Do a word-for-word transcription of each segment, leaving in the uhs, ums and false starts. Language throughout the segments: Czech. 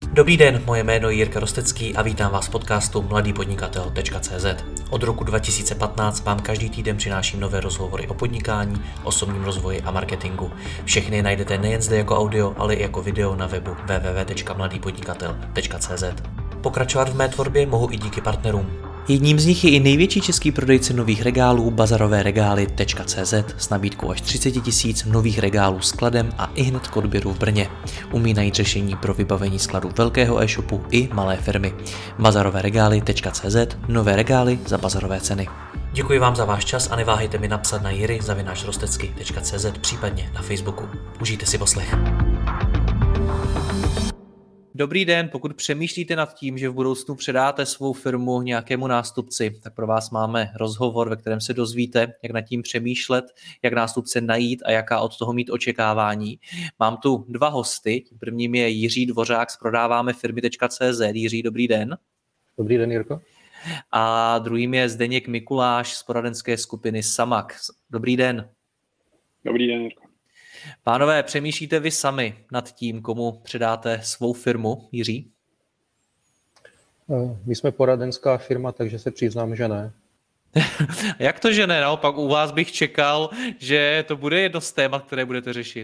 Dobrý den, moje jméno je Jirka Rostecký a vítám vás v podcastu mladý podnikatel tečka cé zet. Od roku dva tisíce patnáct vám každý týden přináším nové rozhovory o podnikání, osobním rozvoji a marketingu. Všechny najdete nejen zde jako audio, ale i jako video na webu w w w tečka mladý podnikatel tečka cé zet. Pokračovat v mé tvorbě mohu i díky partnerům. Jedním z nich je i největší český prodejce nových regálů bazarové regály tečka cé zet s nabídkou až třicet tisíc nových regálů skladem a ihned k odběru v Brně. Umí najít řešení pro vybavení skladu velkého e-shopu i malé firmy. bazarové regály tečka cé zet, nové regály za bazarové ceny. Děkuji vám za váš čas a neváhejte mi napsat na jiry zavináč rostecky tečka cé zet, případně na Facebooku. Užijte si poslech. Dobrý den, pokud přemýšlíte nad tím, že v budoucnu předáte svou firmu nějakému nástupci, tak pro vás máme rozhovor, ve kterém se dozvíte, jak nad tím přemýšlet, jak nástupce najít a jaká od toho mít očekávání. Mám tu dva hosty, tím prvním je Jiří Dvořák z prodáváme firmy tečka cé zet. Jiří, dobrý den. Dobrý den, Jirko. A druhým je Zdeněk Mikuláš z poradenské skupiny Samak. Dobrý den. Dobrý den, Jirko. Pánové, přemýšlíte vy sami nad tím, komu předáte svou firmu, Jiří? My jsme poradenská firma, takže se přiznám, že ne. Jak to, že ne? Naopak u vás bych čekal, že to bude jedno z témat, které budete řešit.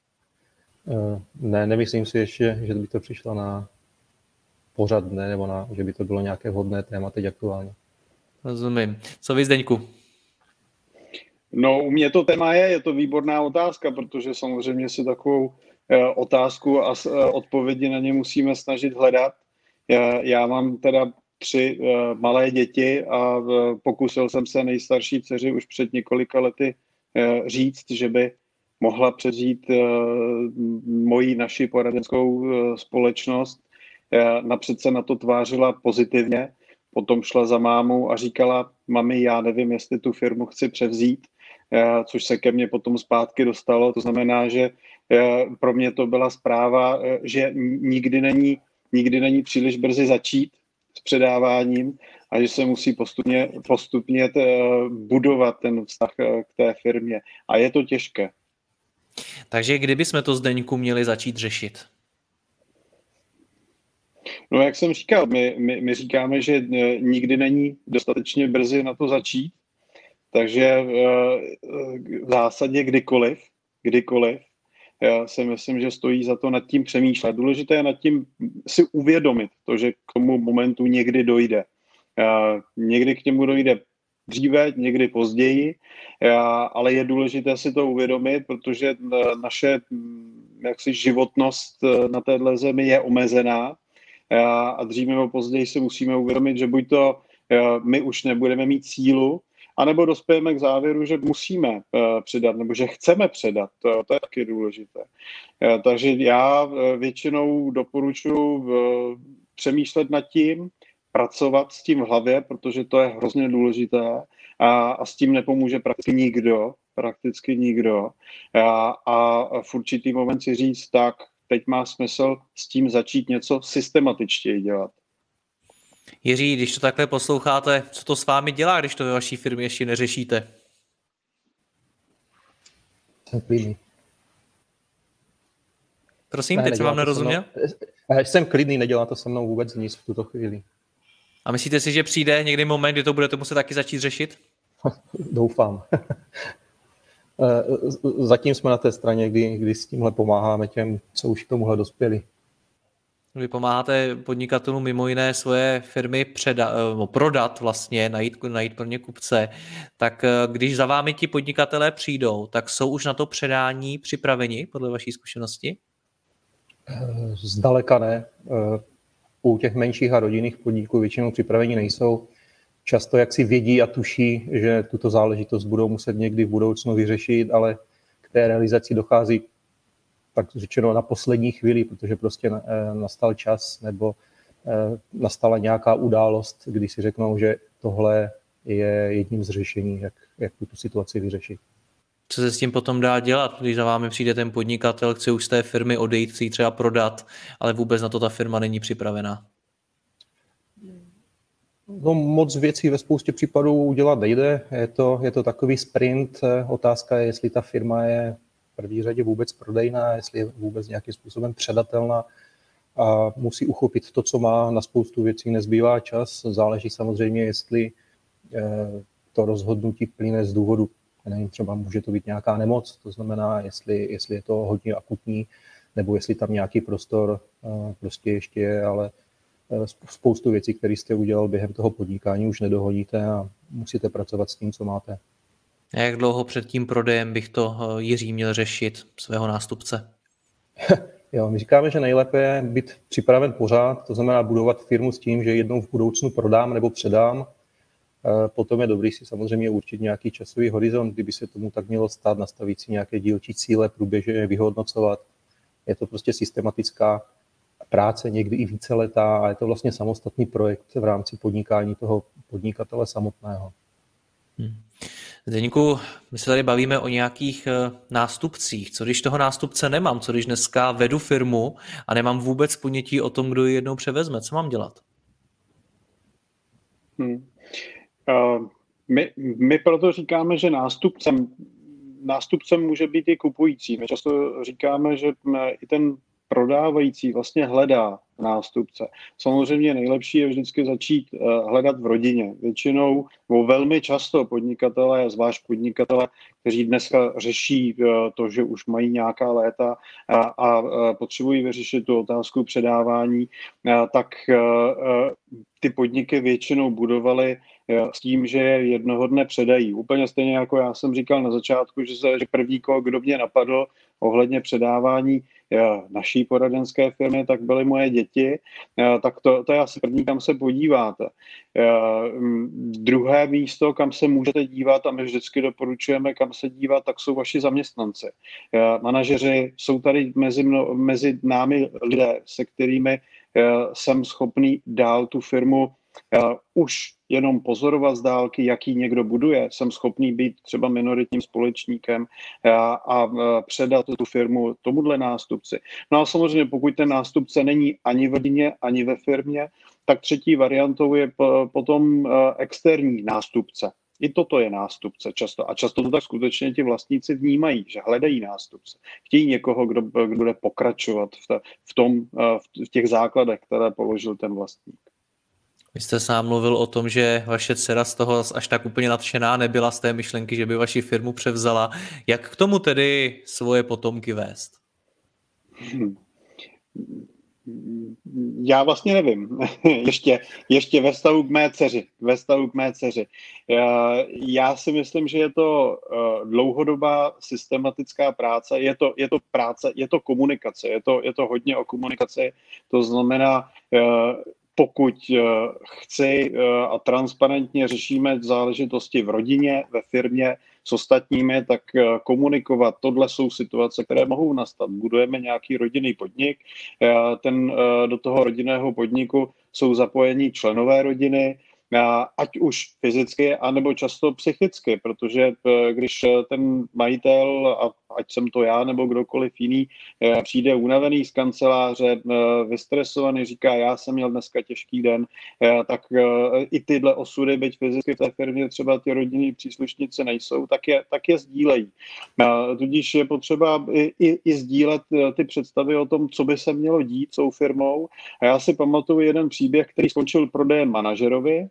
Ne, nemyslím si ještě, že by to přišlo na pořad dne, nebo na, že by to bylo nějaké vhodné téma teď aktuálně. Rozumím. Co vy, Zdeňku? No, u mě to téma je, je to výborná otázka, protože samozřejmě si takovou e, otázku a e, odpovědi na ně musíme snažit hledat. Já, já mám teda tři e, malé děti a e, pokusil jsem se nejstarší dceři už před několika lety e, říct, že by mohla převzít e, moji naši poradenskou e, společnost. E, napřed se na to tvářila pozitivně, potom šla za mámou a říkala, mami, já nevím, jestli tu firmu chci převzít, což se ke mně potom zpátky dostalo. To znamená, že pro mě to byla zpráva, že nikdy není, nikdy není příliš brzy začít s předáváním a že se musí postupně, postupně budovat ten vztah k té firmě. A je to těžké. Takže kdyby jsme to, Zdeňku, měli začít řešit? No, jak jsem říkal, my, my, my říkáme, že nikdy není dostatečně brzy na to začít, takže v zásadě kdykoliv, kdykoliv, já si myslím, že stojí za to nad tím přemýšlet. Důležité je nad tím si uvědomit to, že k tomu momentu někdy dojde. Někdy k němu dojde dříve, někdy později, ale je důležité si to uvědomit, protože naše jaksi životnost na téhle zemi je omezená a dříve nebo později si musíme uvědomit, že buď to my už nebudeme mít sílu, anebo dospějeme k závěru, že musíme uh, předat, nebo že chceme předat. To, to je taky důležité. Uh, takže já uh, většinou doporučuji uh, přemýšlet nad tím, pracovat s tím v hlavě, protože to je hrozně důležité a, a s tím nepomůže prakticky nikdo, prakticky nikdo. A, a v určitý moment si říct, tak teď má smysl s tím začít něco systematičtěji dělat. Jiří, když to takhle posloucháte, co to s vámi dělá, když to ve vaší firmě ještě neřešíte? Jsem klidný. Prosím, ne, teď jsem vám nerozuměl? Mnou, jsem klidný, nedělá to se mnou vůbec nic v tuto chvíli. A myslíte si, že přijde někdy moment, kdy to budete muset taky začít řešit? Doufám. Zatím jsme na té straně, kdy, kdy s tímhle pomáháme těm, co už k tomuhle dospěli. Vy pomáháte podnikatelům mimo jiné svoje firmy předa, prodat vlastně, najít, najít pro ně kupce. Tak když za vámi ti podnikatelé přijdou, tak jsou už na to předání připraveni podle vaší zkušenosti? Zdaleka ne. U těch menších a rodinných podniků většinou připraveni nejsou. Často jak si vědí a tuší, že tuto záležitost budou muset někdy v budoucnu vyřešit, ale k té realizaci dochází tak řečeno na poslední chvíli, protože prostě nastal čas nebo nastala nějaká událost, kdy si řeknou, že tohle je jedním z řešení, jak, jak tu situaci vyřešit. Co se s tím potom dá dělat, když za vámi přijde ten podnikatel, chce už z té firmy odejít, chce ji třeba prodat, ale vůbec na to ta firma není připravená? No, moc věcí ve spoustě případů udělat nejde. Je to, je to takový sprint. Otázka je, jestli ta firma je v první řadě vůbec prodejná, jestli je vůbec nějakým způsobem předatelná. a musí uchopit to, co má, na spoustu věcí nezbývá čas. Záleží samozřejmě, jestli to rozhodnutí plyne z důvodu, nevím, třeba může to být nějaká nemoc, to znamená, jestli, jestli je to hodně akutní, nebo jestli tam nějaký prostor prostě ještě je, ale spoustu věcí, které jste udělal během toho podnikání, už nedohodíte a musíte pracovat s tím, co máte. A jak dlouho před tím prodejem bych to Jiří měl řešit, svého nástupce? Jo, my říkáme, že nejlépe je být připraven pořád, to znamená budovat firmu s tím, že jednou v budoucnu prodám nebo předám. Potom je dobrý si samozřejmě určit nějaký časový horizont, kdyby se tomu tak mělo stát, nastavit si nějaké dílčí cíle, průběžně vyhodnocovat. Je to prostě systematická práce, někdy i víceletá a je to vlastně samostatný projekt v rámci podnikání toho podnikatele samotného. Hmm. Zdeňku, my se tady bavíme o nějakých nástupcích. Co když toho nástupce nemám? Co když dneska vedu firmu a nemám vůbec ponětí o tom, kdo ji jednou převezme? Co mám dělat? Hmm. Uh, my, my proto říkáme, že nástupcem, nástupcem může být i kupující. My často říkáme, že i ten prodávající vlastně hledá nástupce. Samozřejmě nejlepší je vždycky začít hledat v rodině. Většinou, nebo velmi často podnikatelé, zvlášť podnikatelé, kteří dneska řeší to, že už mají nějaká léta a, a potřebují vyřešit tu otázku předávání, tak ty podniky většinou budovaly s tím, že je jednoho dne předají. Úplně stejně jako já jsem říkal na začátku, že, se, že první, kdo mě napadl ohledně předávání naší poradenské firmy, tak byly moje děti, tak to, to je asi první, kam se podíváte. Druhé místo, kam se můžete dívat, a my vždycky doporučujeme, kam se dívat, tak jsou vaši zaměstnanci. Manažeři, jsou tady mezi, mno, mezi námi lidé, se kterými jsem schopný dál tu firmu Uh, už jenom pozorovat z dálky, jaký někdo buduje. Jsem schopný být třeba minoritním společníkem uh, a uh, předat tu firmu tomuhle nástupci. No a samozřejmě, pokud ten nástupce není ani v rodině, ani ve firmě, tak třetí variantou je p- potom uh, externí nástupce. I toto je nástupce často. A často to tak skutečně ti vlastníci vnímají, že hledají nástupce. Chtějí někoho, kdo, kdo bude pokračovat v, ta, v, tom, uh, v těch základech, které položil ten vlastník. Vy jste sám mluvil o tom, že vaše dcera z toho až tak úplně nadšená nebyla z té myšlenky, že by vaši firmu převzala. Jak k tomu tedy svoje potomky vést? Hmm. Já vlastně nevím. ještě, ještě ve vztahu k mé dceři. Ve vztahu k mé dceři. Já, já si myslím, že je to dlouhodobá systematická práce. Je to, je to práce, je to komunikace. Je to, je to hodně o komunikaci. To znamená, pokud chci a transparentně řešíme záležitosti v rodině, ve firmě s ostatními, tak komunikovat. Tohle jsou situace, které mohou nastat. Budujeme nějaký rodinný podnik, ten, do toho rodinného podniku jsou zapojení členové rodiny, ať už fyzicky, anebo často psychicky, protože když ten majitel, a ať jsem to já nebo kdokoliv jiný, přijde unavený z kanceláře, vystresovaný, říká, já jsem měl dneska těžký den, tak i tyhle osudy, byť fyzicky v té firmě třeba ty rodinní příslušníci nejsou, tak je, tak je sdílejí. Tudíž je potřeba i, i, i sdílet ty představy o tom, co by se mělo dít s tou firmou. A já si pamatuju jeden příběh, který skončil prodejem manažerovi,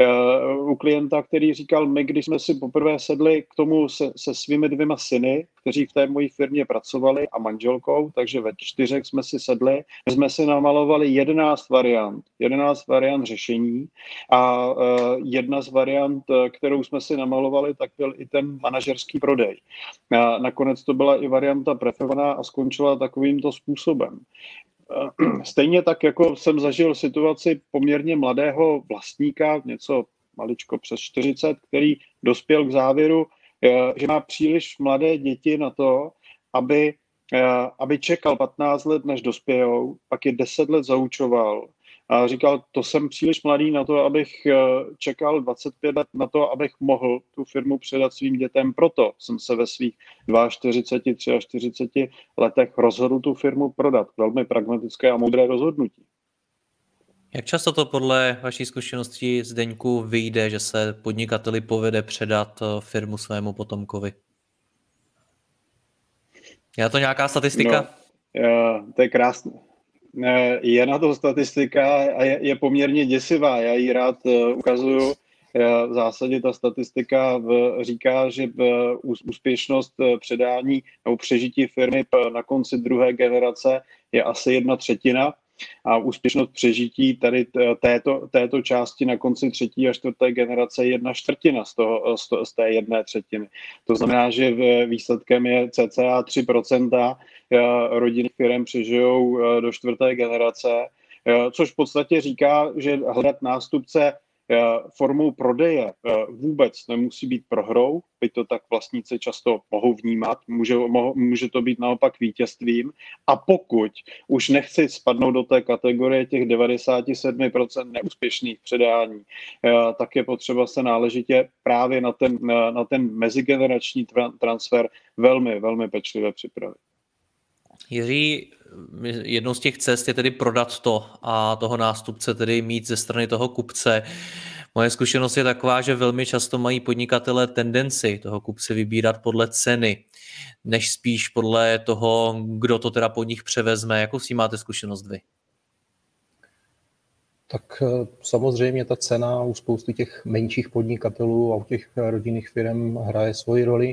u klienta, který říkal, my když jsme si poprvé sedli k tomu se, se svými dvěma syny, kteří v té mojí firmě pracovali, a manželkou, takže ve čtyřech jsme si sedli, jsme si namalovali jedenáct variant, jedenáct variant řešení a uh, jedna z variant, kterou jsme si namalovali, tak byl i ten manažerský prodej. A nakonec to byla i varianta preferovaná a skončila takovýmto způsobem. Stejně tak, jako jsem zažil situaci poměrně mladého vlastníka, něco maličko přes čtyřicet, který dospěl k závěru, že má příliš mladé děti na to, aby, aby čekal patnáct let, než dospějou, pak je deset let zaučoval. A říkal, to jsem příliš mladý na to, abych čekal dvacet pět let na to, abych mohl tu firmu předat svým dětem. Proto jsem se ve svých čtyřiceti dvou, čtyřiceti třech letech rozhodl tu firmu prodat. Velmi pragmatické a moudré rozhodnutí. Jak často to podle vaší zkušenosti, Zdeňku, vyjde, že se podnikateli povede předat firmu svému potomkovi? Je to nějaká statistika? No, to je krásné. je na to statistika a je, je poměrně děsivá. Já ji rád ukazuju. V zásadě ta statistika říká, že úspěšnost předání nebo přežití firmy na konci druhé generace je asi jedna třetina a úspěšnost přežití tady této, této části na konci třetí a čtvrté generace je jedna čtvrtina z, toho, z té jedné třetiny. To znamená, že výsledkem je cca tři procenta rodinných firm přežijou do čtvrté generace, což v podstatě říká, že hledat nástupce formou prodeje vůbec nemusí být prohrou, byť to tak vlastníci často mohou vnímat, může, může to být naopak vítězstvím. A pokud už nechci spadnout do té kategorie těch devadesát sedm procent neúspěšných předání, tak je potřeba se náležitě právě na ten, na ten mezigenerační transfer velmi, velmi pečlivě připravit. Jiří, jednou z těch cest je tedy prodat to a toho nástupce tedy mít ze strany toho kupce. Moje zkušenost je taková, že velmi často mají podnikatelé tendenci toho kupce vybírat podle ceny, než spíš podle toho, kdo to teda pod nich převezme. Jakou si máte zkušenost vy? Tak samozřejmě ta cena u spousty těch menších podnikatelů a u těch rodinných firm hraje svoji roli.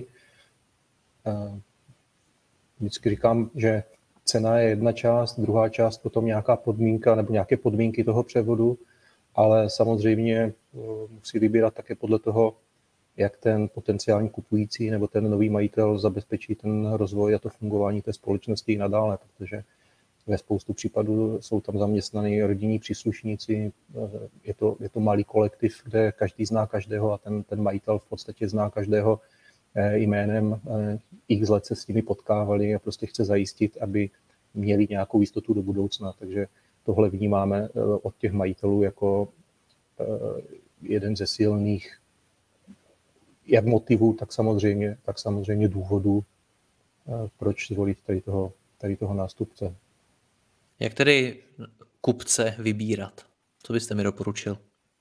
Vždycky říkám, že cena je jedna část, druhá část potom nějaká podmínka nebo nějaké podmínky toho převodu, ale samozřejmě musí vybírat také podle toho, jak ten potenciální kupující nebo ten nový majitel zabezpečí ten rozvoj a to fungování té společnosti i nadále, protože ve spoustu případů jsou tam zaměstnaní rodinní příslušníci, je to, je to malý kolektiv, kde každý zná každého a ten, ten majitel v podstatě zná každého jménem, x let se s nimi potkávali a prostě chce zajistit, aby měli nějakou jistotu do budoucna. Takže tohle vnímáme od těch majitelů jako jeden ze silných jak motivů, tak samozřejmě, tak samozřejmě důvodů, proč zvolit tady toho, tady toho nástupce. Jak tedy kupce vybírat? Co byste mi doporučil?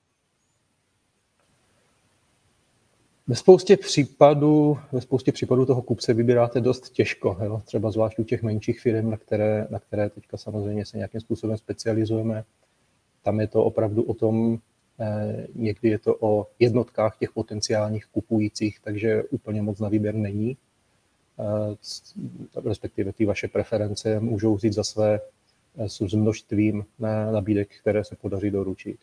Ve spoustě případů, ve spoustě případů toho kupce vybíráte dost těžko, jo? Třeba zvlášť u těch menších firm, na které, na které teďka samozřejmě se nějakým způsobem specializujeme. Tam je to opravdu o tom, eh, někdy je to o jednotkách těch potenciálních kupujících, takže úplně moc na výběr není. Eh, respektive ty vaše preference můžou vzít za své eh, s množstvím nabídek, které se podaří doručit.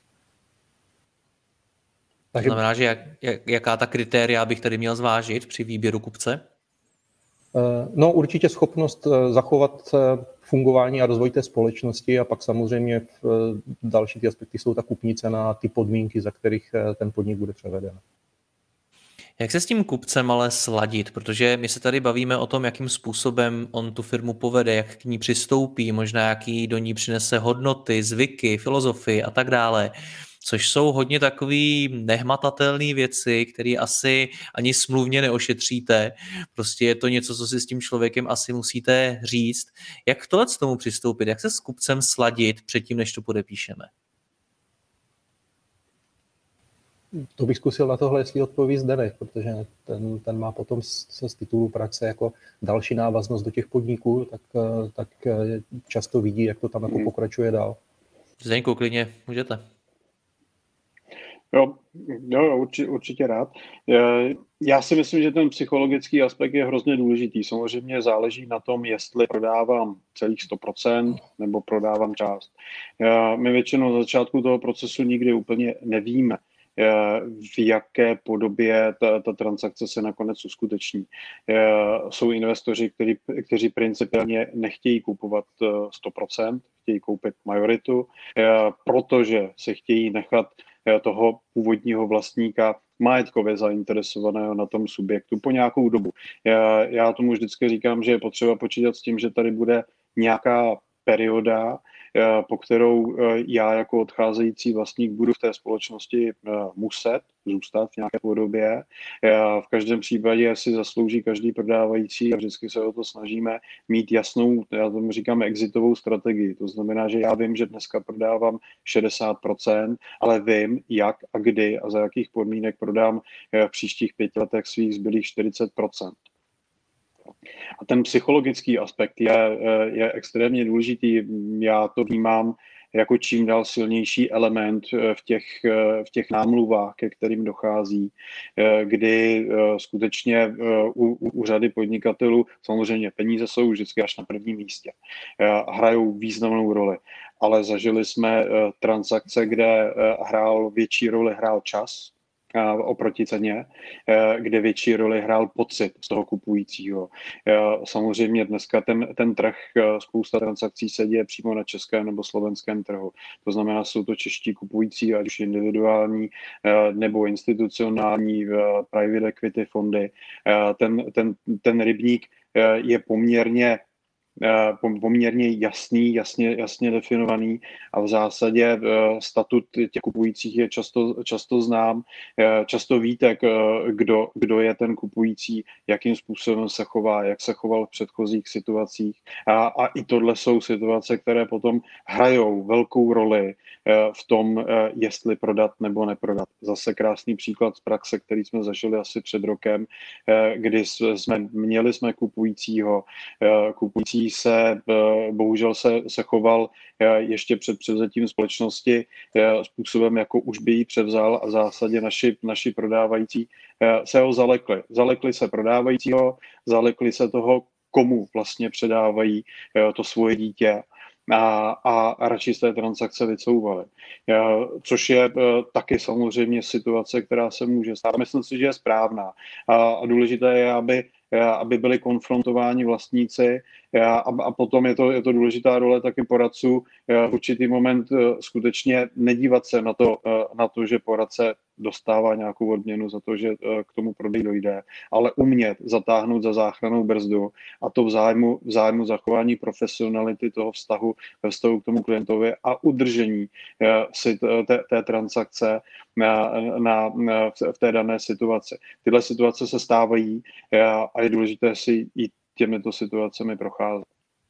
Takže... To znamená, že jak, jak, jaká ta kritéria bych tady měl zvážit při výběru kupce? No určitě schopnost zachovat fungování a rozvoj té společnosti a pak samozřejmě další ty aspekty jsou ta kupní cena a ty podmínky, za kterých ten podnik bude převeden. Jak se s tím kupcem ale sladit? Protože my se tady bavíme o tom, jakým způsobem on tu firmu povede, jak k ní přistoupí, možná jaký do ní přinese hodnoty, zvyky, filozofii a tak dále. Což jsou hodně takový nehmatatelné věci, které asi ani smluvně neošetříte. Prostě je to něco, co si s tím člověkem asi musíte říct. Jak tohle k tomu přistoupit? Jak se s kupcem sladit předtím, než to podepíšeme? To bych zkusil na tohle, jestli odpoví Zdeněk, protože ten, ten má potom z, z titulu praxe jako další návaznost do těch podniků, tak, tak často vidí, jak to tam jako pokračuje dál. Zdeňku, klidně můžete. Jo, jo určitě, určitě rád. Já si myslím, že ten psychologický aspekt je hrozně důležitý. Samozřejmě záleží na tom, jestli prodávám celých sto procent nebo prodávám část. My většinou na začátku toho procesu nikdy úplně nevíme, v jaké podobě ta, ta transakce se nakonec uskuteční. Jsou investoři, kteří, kteří principiálně nechtějí kupovat sto procent, chtějí koupit majoritu, protože se chtějí nechat toho původního vlastníka majetkově zainteresovaného na tom subjektu po nějakou dobu. Já, já tomu vždycky říkám, že je potřeba počítat s tím, že tady bude nějaká perioda, po kterou já jako odcházející vlastník budu v té společnosti muset zůstat v nějaké podobě. V každém případě si zaslouží každý prodávající a vždycky se o to snažíme mít jasnou, já tomu říkám, exitovou strategii. To znamená, že já vím, že dneska prodávám šedesát procent, ale vím, jak a kdy a za jakých podmínek prodám v příštích pěti letech svých zbylých čtyřicet procent. A ten psychologický aspekt je, je extrémně důležitý. Já to vnímám jako čím dál silnější element v těch, v těch námluvách, ke kterým dochází, kdy skutečně u, u řady podnikatelů samozřejmě peníze jsou vždycky až na prvním místě. Hrajou významnou roli, ale zažili jsme transakce, kde hrál větší roli hrál čas oproti ceně, kde větší roli hrál pocit z toho kupujícího. Samozřejmě dneska ten, ten trh, spousta transakcí se děje přímo na českém nebo slovenském trhu. To znamená, jsou to čeští kupující, ať už individuální nebo institucionální private equity fondy. Ten, ten, ten rybník je poměrně poměrně jasný, jasně, jasně definovaný a v zásadě statut těch kupujících je často, často znám. Často víte, kdo, kdo je ten kupující, jakým způsobem se chová, jak se choval v předchozích situacích. A, a i tohle jsou situace, které potom hrajou velkou roli v tom, jestli prodat nebo neprodat. Zase krásný příklad z praxe, který jsme zažili asi před rokem, kdy jsme měli jsme kupujícího, kupující se, bohužel se, se choval ještě před převzetím společnosti způsobem, jako už by ji převzal a v zásadě naši, naši prodávající se ho zalekli. Zalekli se prodávajícího, zalekli se toho, komu vlastně předávají to svoje dítě. A, a radši z té transakce vycouvali. Což je taky samozřejmě situace, která se může stát. Myslím si, že je správná. A, a důležité je, aby, aby byli konfrontováni vlastníci a, a potom je to, je to důležitá role taky poradců v určitý moment skutečně nedívat se na to, na to, že poradce dostává nějakou odměnu za to, že k tomu prodej dojde, ale umět zatáhnout za záchrannou brzdu a to v zájmu, v zájmu zachování profesionality toho vztahu ve vztahu k tomu klientovi a udržení si té, té transakce na, na, na, v té dané situaci. Tyhle situace se stávají a je důležité si i těmito situacemi procházet.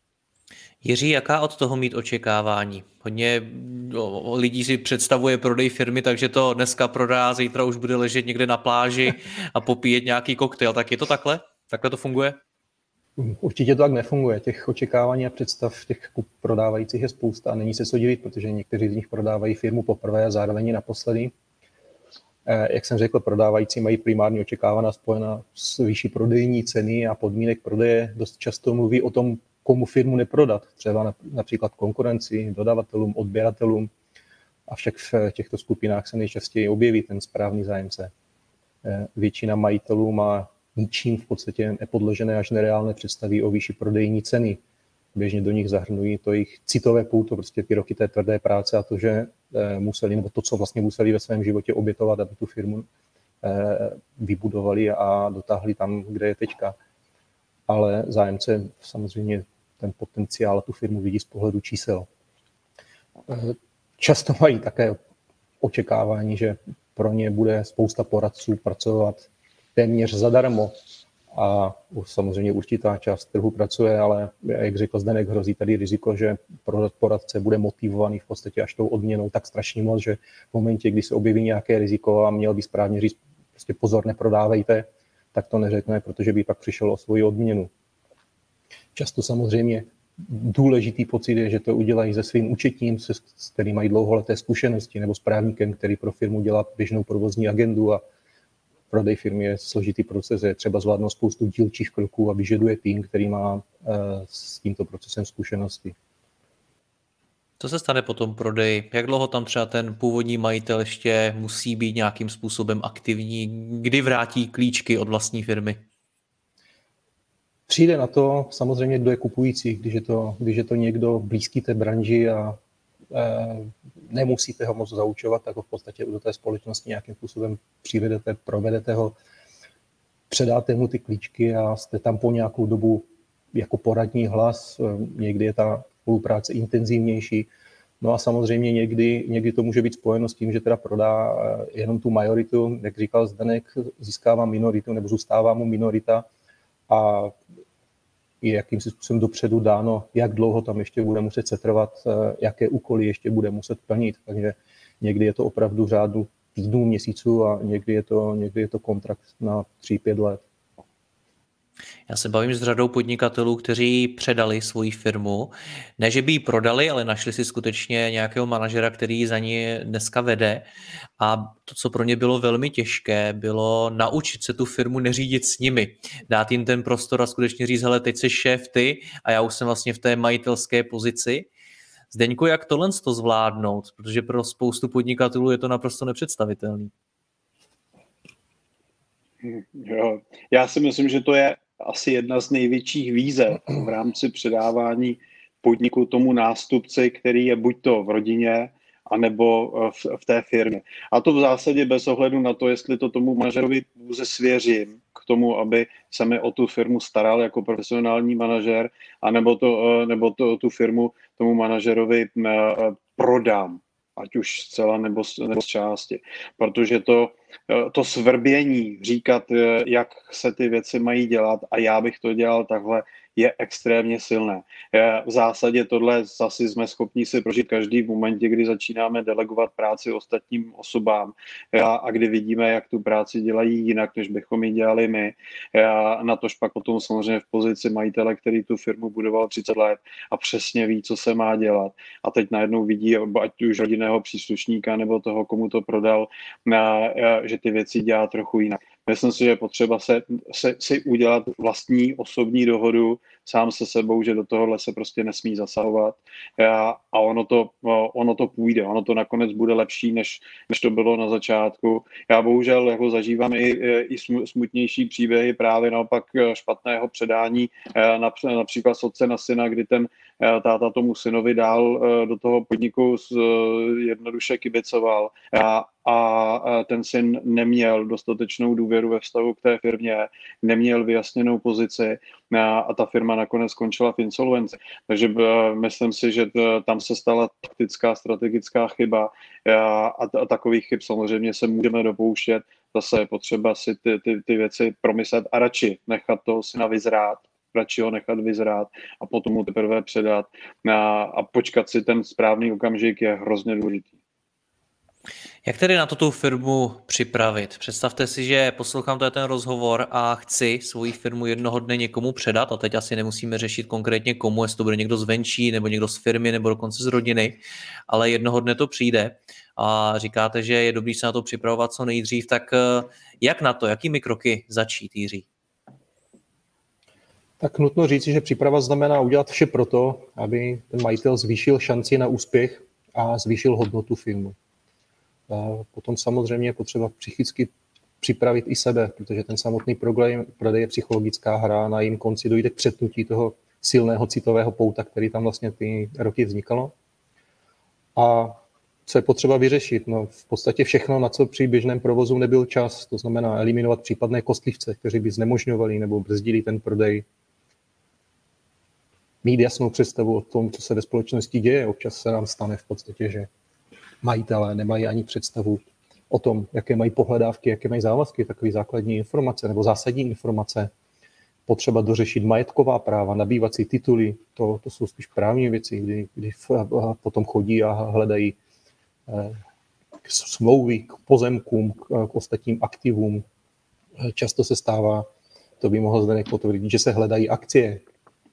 Jiří, jaká od toho mít očekávání? Hodně lidí si představuje prodej firmy, takže to dneska prodá, zítra už bude ležet někde na pláži a popíjet nějaký koktejl. Tak je to takhle? Takhle to funguje? Určitě to tak nefunguje. Těch očekávání a představ těch prodávajících je spousta a není se co divit, protože někteří z nich prodávají firmu poprvé a zároveň i naposledy. Jak jsem řekl, prodávající mají primární očekávání spojená s výší prodejní ceny a podmínek prodeje. Dost často mluví o tom, komu firmu neprodat, třeba například konkurenci, dodavatelům, odběratelům. Avšak v těchto skupinách se nejčastěji objeví ten správný zájemce. Většina majitelů má ničím v podstatě nepodložené až nereálné představy o výši prodejní ceny. Běžně do nich zahrnují to jejich citové pouto, prostě ty roky té tvrdé práce a to, že museli, nebo to, co vlastně museli ve svém životě obětovat, aby tu firmu vybudovali a dotáhli tam, kde je teďka. Ale zájemce samozřejmě ten potenciál a tu firmu vidí z pohledu čísel. Často mají také očekávání, že pro ně bude spousta poradců pracovat téměř zadarmo a samozřejmě určitá část trhu pracuje, ale jak řekl Zdeněk, hrozí tady riziko, že poradce bude motivovaný v podstatě až tou odměnou tak strašně moc, že v momentě, kdy se objeví nějaké riziko a měl by správně říct, prostě pozor, neprodávejte, tak to neřekne, protože by pak přišel o svoji odměnu. Často samozřejmě důležitý pocit je, že to udělají se svým účetním, se, s kterým mají dlouholeté zkušenosti, nebo s právníkem, který pro firmu dělá běžnou provozní agendu a prodej firmy je složitý proces, je třeba zvládnout spoustu dílčích kroků a vyžaduje tým, který má s tímto procesem zkušenosti. Co se stane po tom prodeji? Jak dlouho tam třeba ten původní majitel ještě musí být nějakým způsobem aktivní? Kdy vrátí klíčky od vlastní firmy? Přijde na to samozřejmě, kdo je kupující, když je to, když je to někdo blízký té branži a e, nemusíte ho moc zaučovat, tak ho v podstatě do té společnosti nějakým způsobem přivedete, provedete ho, předáte mu ty klíčky a jste tam po nějakou dobu jako poradní hlas, někdy je ta spolupráce intenzivnější. No a samozřejmě někdy, někdy to může být spojeno s tím, že teda prodá jenom tu majoritu, jak říkal Zdeněk, získává minoritu nebo zůstává mu minorita a je jakýmsi způsobem dopředu dáno, jak dlouho tam ještě bude muset setrvat, jaké úkoly ještě bude muset plnit. Takže někdy je to opravdu v řádu týdnů, měsíců a někdy je to, někdy je to kontrakt na tři pět let. Já se bavím s řadou podnikatelů, kteří předali svoji firmu. Ne, že by ji prodali, ale našli si skutečně nějakého manažera, který ji za ně dneska vede. A to, co pro ně bylo velmi těžké, bylo naučit se tu firmu neřídit s nimi. Dát jim ten prostor a skutečně říct, hele, teď jsi šéf ty a já už jsem vlastně v té majitelské pozici. Zdeňku, jak tohle to zvládnout? Protože pro spoustu podnikatelů je to naprosto nepředstavitelné. Jo, já si myslím, že to je asi jedna z největších výzev v rámci předávání podniku tomu nástupci, který je buď to v rodině, anebo v, v té firmě. A to v zásadě bez ohledu na to, jestli to tomu manažerovi pouze svěřím k tomu, aby se mi o tu firmu staral jako profesionální manažer, anebo to, nebo to, tu firmu tomu manažerovi prodám, ať už zcela nebo, nebo z části. Protože to, to svrbění, říkat, jak se ty věci mají dělat a já bych to dělal takhle, je extrémně silné. V zásadě tohle zase jsme schopni si prožít každý v momentě, kdy začínáme delegovat práci ostatním osobám a kdy vidíme, jak tu práci dělají jinak, než bychom ji dělali my. Na tož pak potom samozřejmě v pozici majitele, který tu firmu budoval třicet let a přesně ví, co se má dělat. A teď najednou vidí, ať už rodinného příslušníka nebo toho, komu to prodal, že ty věci dělá trochu jinak. Myslím si, že je potřeba se, se, si udělat vlastní osobní dohodu sám se sebou, že do tohohle se prostě nesmí zasahovat a, a ono, to, ono to půjde, ono to nakonec bude lepší, než, než to bylo na začátku. Já bohužel jako zažívám i, i smutnější příběhy právě naopak špatného předání, například z otce na syna, kdy ten táta tomu synovi dál do toho podniku jednoduše kibicoval a, a ten syn neměl dostatečnou důvěru ve vztahu k té firmě, neměl vyjasněnou pozici a, a ta firma nakonec skončila v insolvenci. Takže myslím si, že tam se stala taktická, strategická chyba a, a takových chyb samozřejmě se můžeme dopouštět. Zase je potřeba si ty, ty, ty věci promyslet a radši nechat toho syna vyzrát, radši ho nechat vyzrát a potom mu teprve předat a, a počkat si ten správný okamžik je hrozně důležitý. Jak tedy na to tu firmu připravit? Představte si, že poslouchám to je ten rozhovor a chci svoji firmu jednoho dne někomu předat a teď asi nemusíme řešit konkrétně komu, jestli to bude někdo zvenčí nebo někdo z firmy nebo dokonce z rodiny, ale jednoho dne to přijde a říkáte, že je dobrý se na to připravovat co nejdřív, tak jak na to, jakými kroky začít, Jiří? Tak nutno říci, že příprava znamená udělat vše proto, aby ten majitel zvýšil šanci na úspěch a zvýšil hodnotu firmy. Potom samozřejmě je potřeba psychicky připravit i sebe, protože ten samotný prodej je psychologická hra, na jejím konci dojde k přetnutí toho silného citového pouta, který tam vlastně ty roky vznikalo. A co je potřeba vyřešit? No, v podstatě všechno, na co při běžném provozu nebyl čas, to znamená eliminovat případné kostlivce, kteří by znemožňovali nebo brzdili ten prodej. Mít jasnou představu o tom, co se ve společnosti děje. Občas se nám stane v podstatě, že majitelé nemají ani představu o tom, jaké mají pohledávky, jaké mají závazky, takové základní informace nebo zásadní informace. Potřeba dořešit majetková práva, nabývací tituly, to, to jsou spíš právní věci, kdy, kdy potom chodí a hledají eh, smlouvy k pozemkům, k, k ostatním aktivům. Často se stává, to by mohl Zdeněk potvrdit, že se hledají akcie,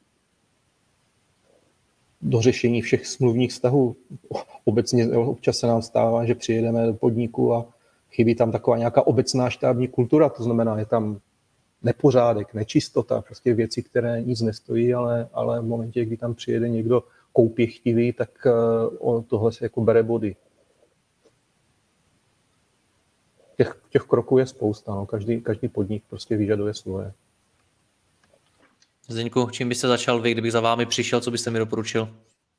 do řešení všech smluvních vztahů. Obecně občas se nám stává, že přijedeme do podniku a chybí tam taková nějaká obecná štábní kultura, to znamená, je tam nepořádek, nečistota, prostě věci, které nic nestojí, ale, ale v momentě, kdy tam přijede někdo koupěchtivý, tak uh, tohle se jako bere body. Těch, těch kroků je spousta, no. každý, každý podnik prostě vyžaduje svoje. Zdeňku, čím byste začal vy, kdybych za vámi přišel, co byste mi doporučil?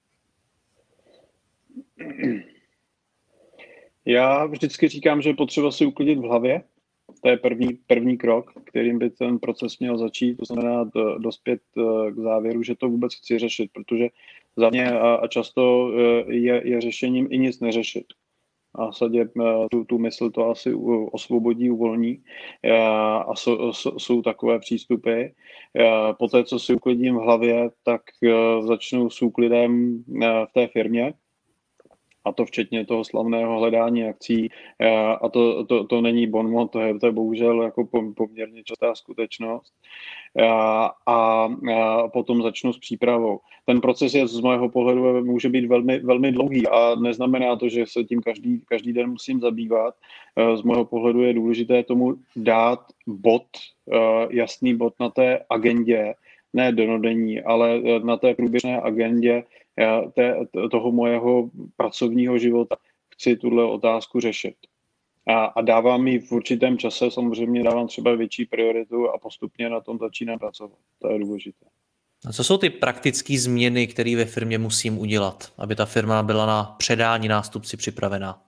Já vždycky říkám, že je potřeba si uklidit v hlavě. To je první, první krok, kterým by ten proces měl začít. To znamená dospět k závěru, že to vůbec chci řešit, protože za mě a často je, je řešením i nic neřešit. A v zásadě tu, tu mysl to asi osvobodí, uvolní a jsou, jsou takové přístupy. Poté, co si uklidím v hlavě, tak začnu s úklidem v té firmě a to včetně toho slavného hledání akcí, a to, to, to není bonmot, to je, to je bohužel jako poměrně častá skutečnost. A, a potom začnu s přípravou. Ten proces je z mého pohledu může být velmi, velmi dlouhý a neznamená to, že se tím každý, každý den musím zabývat. Z mého pohledu je důležité tomu dát bod, jasný bod na té agendě, ne denodenní, ale na té průběžné agendě té, toho mojeho pracovního života. Chci tuhle otázku řešit. A, a dávám ji v určitém čase, samozřejmě dávám třeba větší prioritu a postupně na tom začínám pracovat. To je důležité. A co jsou ty praktické změny, které ve firmě musím udělat, aby ta firma byla na předání nástupci připravená?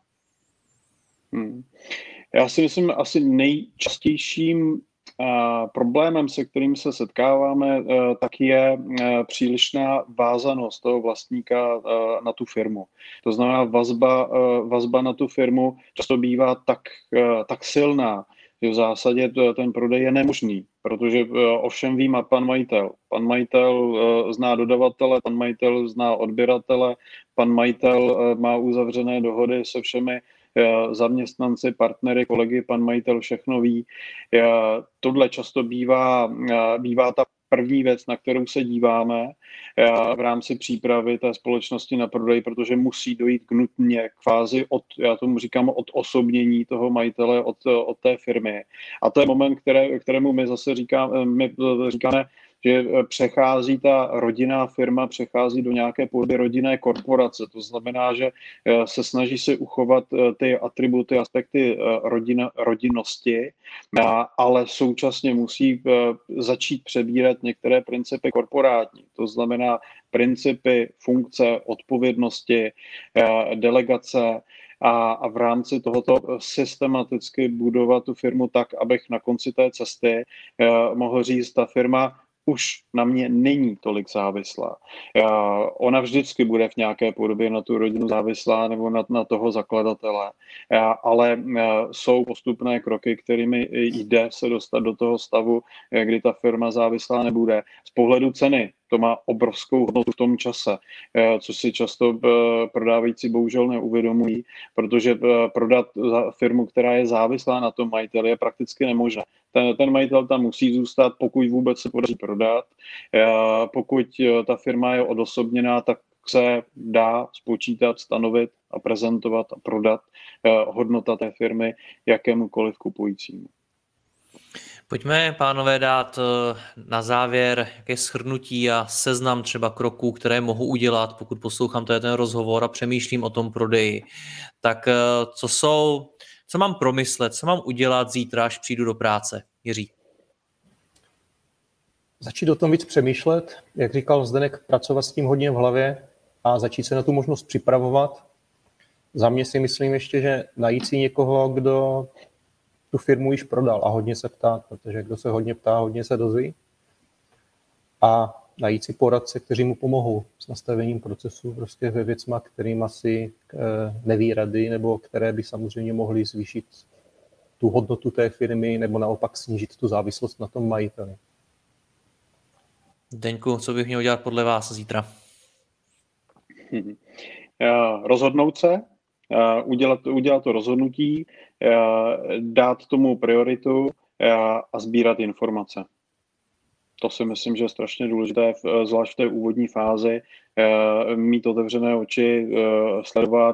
Hmm. Já si myslím, asi nejčastějším uh, problémem, se kterým se setkáváme, uh, tak je uh, přílišná vázanost toho vlastníka uh, na tu firmu. To znamená, vazba, uh, vazba na tu firmu často bývá tak, uh, tak silná, že v zásadě to, ten prodej je nemožný, protože uh, ovšem ví má pan majitel. Pan majitel uh, zná dodavatele, pan majitel zná odběratele, pan majitel uh, má uzavřené dohody se všemi zaměstnanci, partnery, kolegy, pan majitel všechno ví. Tohle často bývá, bývá ta první věc, na kterou se díváme v rámci přípravy té společnosti na prodej, protože musí dojít k nutně k fázi od, já tomu říkám, od osobnění toho majitele, od, od té firmy. A to je moment, které, kterému my zase říkáme, my říkáme, že přechází ta rodinná firma, přechází do nějaké podoby rodinné korporace. To znamená, že se snaží si uchovat ty atributy, aspekty rodina, rodinnosti, ale současně musí začít přebírat některé principy korporátní. To znamená principy, funkce, odpovědnosti, delegace, A, a v rámci tohoto systematicky budovat tu firmu tak, abych na konci té cesty mohl říct, ta firma už na mě není tolik závislá. Ona vždycky bude v nějaké podobě na tu rodinu závislá nebo na, na toho zakladatele, ale jsou postupné kroky, kterými jde se dostat do toho stavu, kdy ta firma závislá nebude. Z pohledu ceny to má obrovskou hodnotu v tom čase, co si často prodávající bohužel neuvědomují, protože prodat firmu, která je závislá na tom majiteli, je prakticky nemožné. Ten, ten majitel tam musí zůstat, pokud vůbec se podaří prodat. Pokud ta firma je odosobněná, tak se dá spočítat, stanovit a prezentovat a prodat hodnota té firmy jakémukoliv kupujícímu. Pojďme, pánové, dát na závěr jaké shrnutí a seznam třeba kroků, které mohu udělat, pokud poslouchám ten rozhovor a přemýšlím o tom prodeji. Tak co jsou, co mám promyslet, co mám udělat zítra, až přijdu do práce? Jiří. Začít o tom víc přemýšlet, jak říkal Zdeněk, pracovat s tím hodně v hlavě a začít se na tu možnost připravovat. Za mě si myslím ještě, že najít si někoho, kdo tu firmu již prodal a hodně se ptát, protože kdo se hodně ptá, hodně se dozví. A najít si poradce, kteří mu pomohou s nastavením procesu prostě ve věcma, kterým asi neví rady, nebo které by samozřejmě mohly zvýšit tu hodnotu té firmy, nebo naopak snížit tu závislost na tom majiteli. Deňku, co bych měl dělat podle vás zítra? Rozhodnout se, udělat, udělat to rozhodnutí, dát tomu prioritu a sbírat informace. To si myslím, že je strašně důležité, zvlášť v té úvodní fázi, mít otevřené oči, sledovat,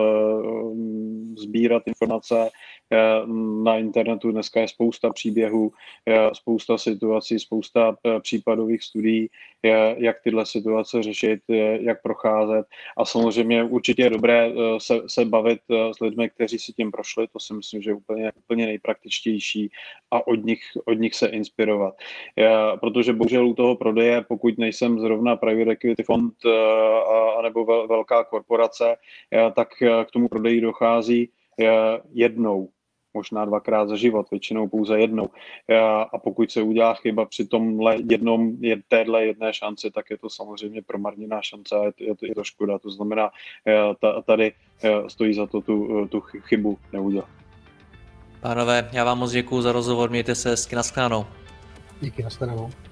sbírat informace. Na internetu dneska je spousta příběhů, spousta situací, spousta případových studií, jak tyhle situace řešit, jak procházet. A samozřejmě určitě je dobré se, se bavit s lidmi, kteří si tím prošli, to si myslím, že je úplně, úplně nejpraktičtější a od nich, od nich se inspirovat. Protože bohužel u toho prodeje, pokud nejsem zrovna private equity fond anebo velká korporace, tak k tomu prodeji dochází jednou, možná dvakrát za život, většinou pouze jednou. A pokud se udělá chyba při tomhle jednom, téhle jedné šanci, tak je to samozřejmě promarněná šance a je to, je to škoda. To znamená, tady stojí za to tu, tu chybu neudělat. Pánové, já vám moc děkuju za rozhovor, mějte se hezky, nashledanou. Díky, nashledanou.